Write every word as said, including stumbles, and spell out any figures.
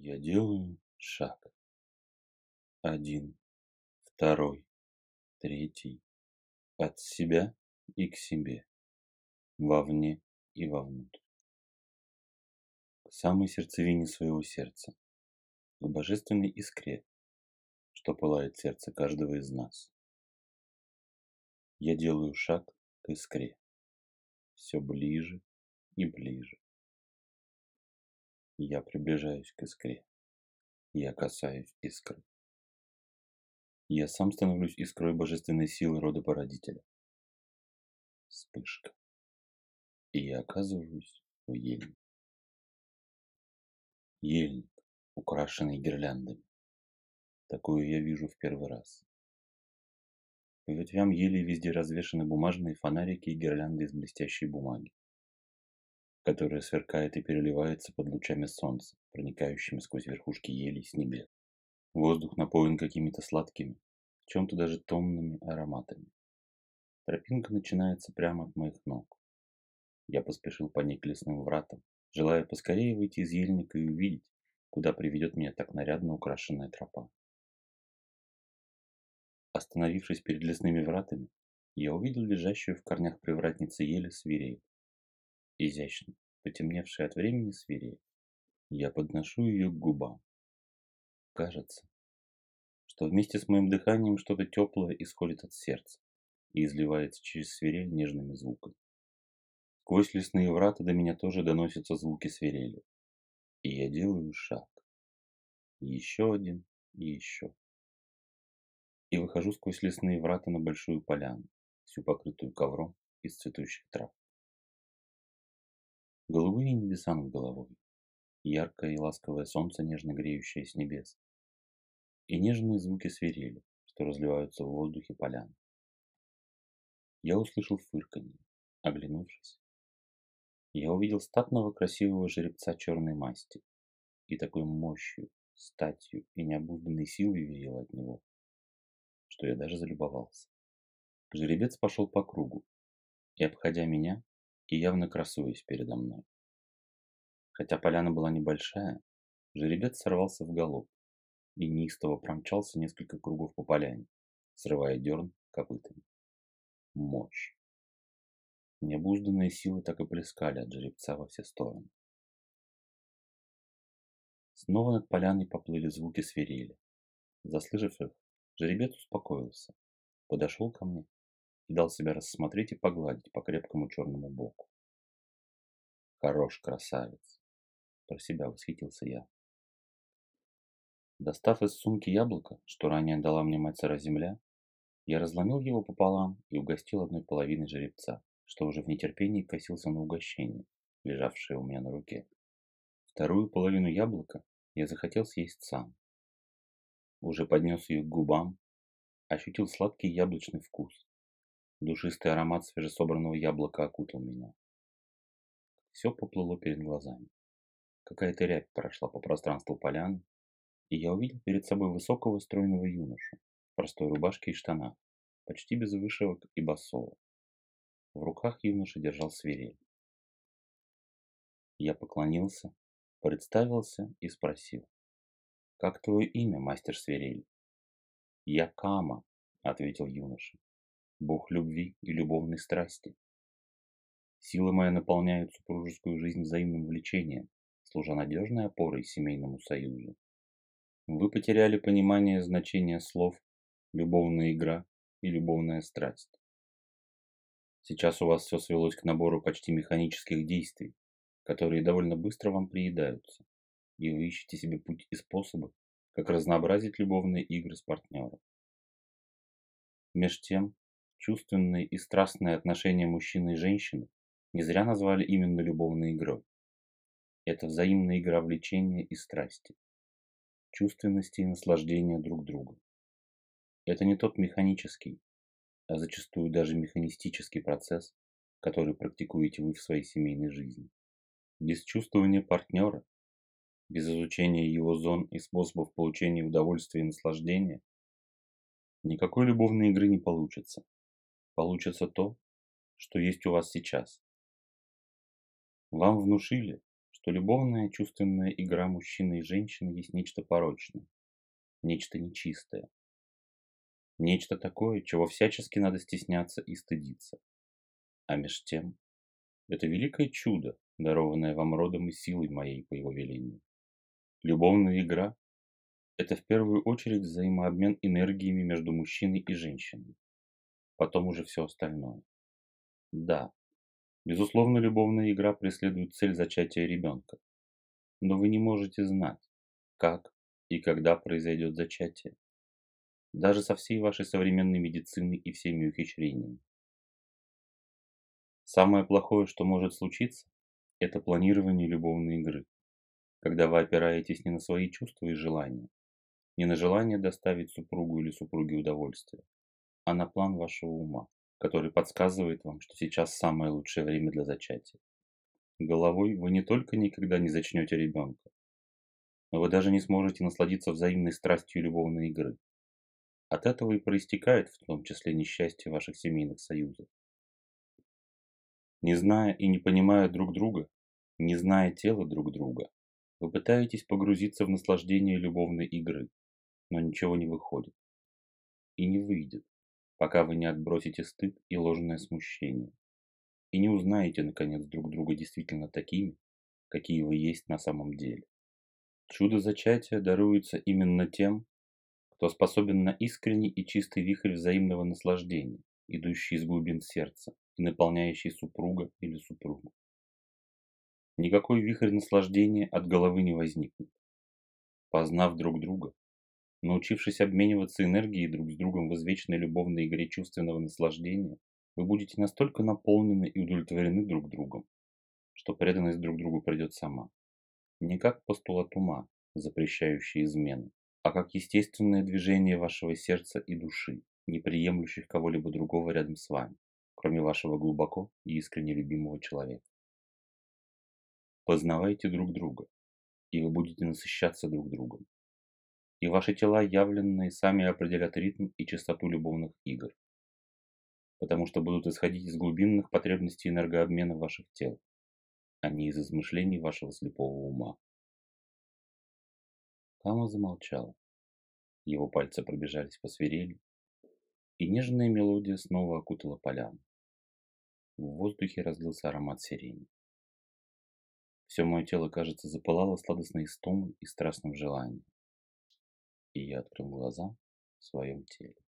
Я делаю шаг. Один, второй, третий. От себя и к себе. Вовне и вовнутрь. К самой сердцевине своего сердца. К божественной искре, что пылает сердце каждого из нас. Я делаю шаг к искре. Все ближе и ближе. Я приближаюсь к искре. Я касаюсь искры. Я сам становлюсь искрой божественной силы рода породителя. Вспышка. И я оказываюсь у ельника. Ельник, украшенный гирляндами. Такую я вижу в первый раз. По ветвям ели везде развешаны бумажные фонарики и гирлянды из блестящей бумаги, которая сверкает и переливается под лучами солнца, проникающими сквозь верхушки елей с небес. Воздух напоен какими-то сладкими, в чем-то даже томными ароматами. Тропинка начинается прямо от моих ног. Я поспешил по ней к лесным вратам, желая поскорее выйти из ельника и увидеть, куда приведет меня так нарядно украшенная тропа. Остановившись перед лесными вратами, я увидел лежащую в корнях привратницы ели свирель. Изящно, потемневшая от времени свирель. Я подношу ее к губам. Кажется, что вместе с моим дыханием что-то теплое исходит от сердца и изливается через свирель нежными звуками. Сквозь лесные врата до меня тоже доносятся звуки свирели. И я делаю шаг. Еще один и еще. И выхожу сквозь лесные врата на большую поляну, всю покрытую ковром из цветущих трав. Голубые небеса над головой, яркое и ласковое солнце, нежно греющее с небес, и нежные звуки свирели, что разливаются в воздухе поляны. Я услышал фырканье. Оглянувшись, я увидел статного красивого жеребца черной масти, и такой мощью, статью и необузданной силой веяло от него, что я даже залюбовался. Жеребец пошел по кругу, и, обходя меня, и явно красуясь передо мной. Хотя поляна была небольшая, жеребец сорвался в галоп и неистово промчался несколько кругов по поляне, срывая дерн копытами. Мощь. Необузданные силы так и плескали от жеребца во все стороны. Снова над поляной поплыли звуки свирели. Заслышав их, жеребец успокоился, подошел ко мне и дал себя рассмотреть и погладить по крепкому черному боку. Хорош красавец, про себя восхитился я. Достав из сумки яблоко, что ранее дала мне мать сыра земля, я разломил его пополам и угостил одной половиной жеребца, что уже в нетерпении косился на угощение, лежавшее у меня на руке. Вторую половину яблока я захотел съесть сам. Уже поднес ее к губам, ощутил сладкий яблочный вкус. Душистый аромат свежесобранного яблока окутал меня. Все поплыло перед глазами. Какая-то рябь прошла по пространству поляны, и я увидел перед собой высокого стройного юношу в простой рубашке и штанах, почти без вышивок и босого. В руках юноша держал свирель. Я поклонился, представился и спросил: «Как твое имя, мастер свирели?» «Я Кама», — ответил юноша, — «бог любви и любовной страсти. Сила моя наполняет супружескую жизнь взаимным влечением, служа надежной опорой семейному союзу. Вы потеряли понимание значения слов «любовная игра» и «любовная страсть». Сейчас у вас все свелось к набору почти механических действий, которые довольно быстро вам приедаются, и вы ищете себе путь и способы, как разнообразить любовные игры с партнером. Меж тем, чувственные и страстные отношения мужчины и женщины не зря назвали именно любовной игрой. Это взаимная игра влечения и страсти, чувственности и наслаждения друг другом. Это не тот механический, а зачастую даже механистический процесс, который практикуете вы в своей семейной жизни. Без чувствования партнера, без изучения его зон и способов получения удовольствия и наслаждения, никакой любовной игры не получится. Получится то, что есть у вас сейчас. Вам внушили, что любовная чувственная игра мужчины и женщины есть нечто порочное, нечто нечистое, нечто такое, чего всячески надо стесняться и стыдиться. А меж тем, это великое чудо, дарованное вам родом и силой моей по его велению. Любовная игра– это в первую очередь взаимообмен энергиями между мужчиной и женщиной, потом уже все остальное. Да, безусловно, любовная игра преследует цель зачатия ребенка, но вы не можете знать, как и когда произойдет зачатие, даже со всей вашей современной медициной и всеми ухищрениями. Самое плохое, что может случиться, это планирование любовной игры, когда вы опираетесь не на свои чувства и желания, не на желание доставить супругу или супруге удовольствие, а на план вашего ума, который подсказывает вам, что сейчас самое лучшее время для зачатия. Головой вы не только никогда не зачнете ребенка, но вы даже не сможете насладиться взаимной страстью любовной игры. От этого и проистекает в том числе несчастье ваших семейных союзов. Не зная и не понимая друг друга, не зная тела друг друга, вы пытаетесь погрузиться в наслаждение любовной игры, но ничего не выходит. И не выйдет, пока вы не отбросите стыд и ложное смущение, и не узнаете, наконец, друг друга действительно такими, какие вы есть на самом деле. Чудо зачатия даруется именно тем, кто способен на искренний и чистый вихрь взаимного наслаждения, идущий из глубин сердца и наполняющий супруга или супругу. Никакой вихрь наслаждения от головы не возникнет. Познав друг друга, научившись обмениваться энергией друг с другом в извечной любовной игре чувственного наслаждения, вы будете настолько наполнены и удовлетворены друг другом, что преданность друг другу придет сама. Не как постулат ума, запрещающий измену, а как естественное движение вашего сердца и души, не приемлющих кого-либо другого рядом с вами, кроме вашего глубоко и искренне любимого человека. Познавайте друг друга, и вы будете насыщаться друг другом. И ваши тела явленные сами определят ритм и частоту любовных игр, потому что будут исходить из глубинных потребностей энергообмена ваших тел, а не из измышлений вашего слепого ума. Кама замолчал. Его пальцы пробежались по свирели, и нежная мелодия снова окутала поляну. В воздухе разлился аромат сирени. Все мое тело, кажется, запылало сладостной истомой и страстным желанием. И я открыл глаза в своем теле.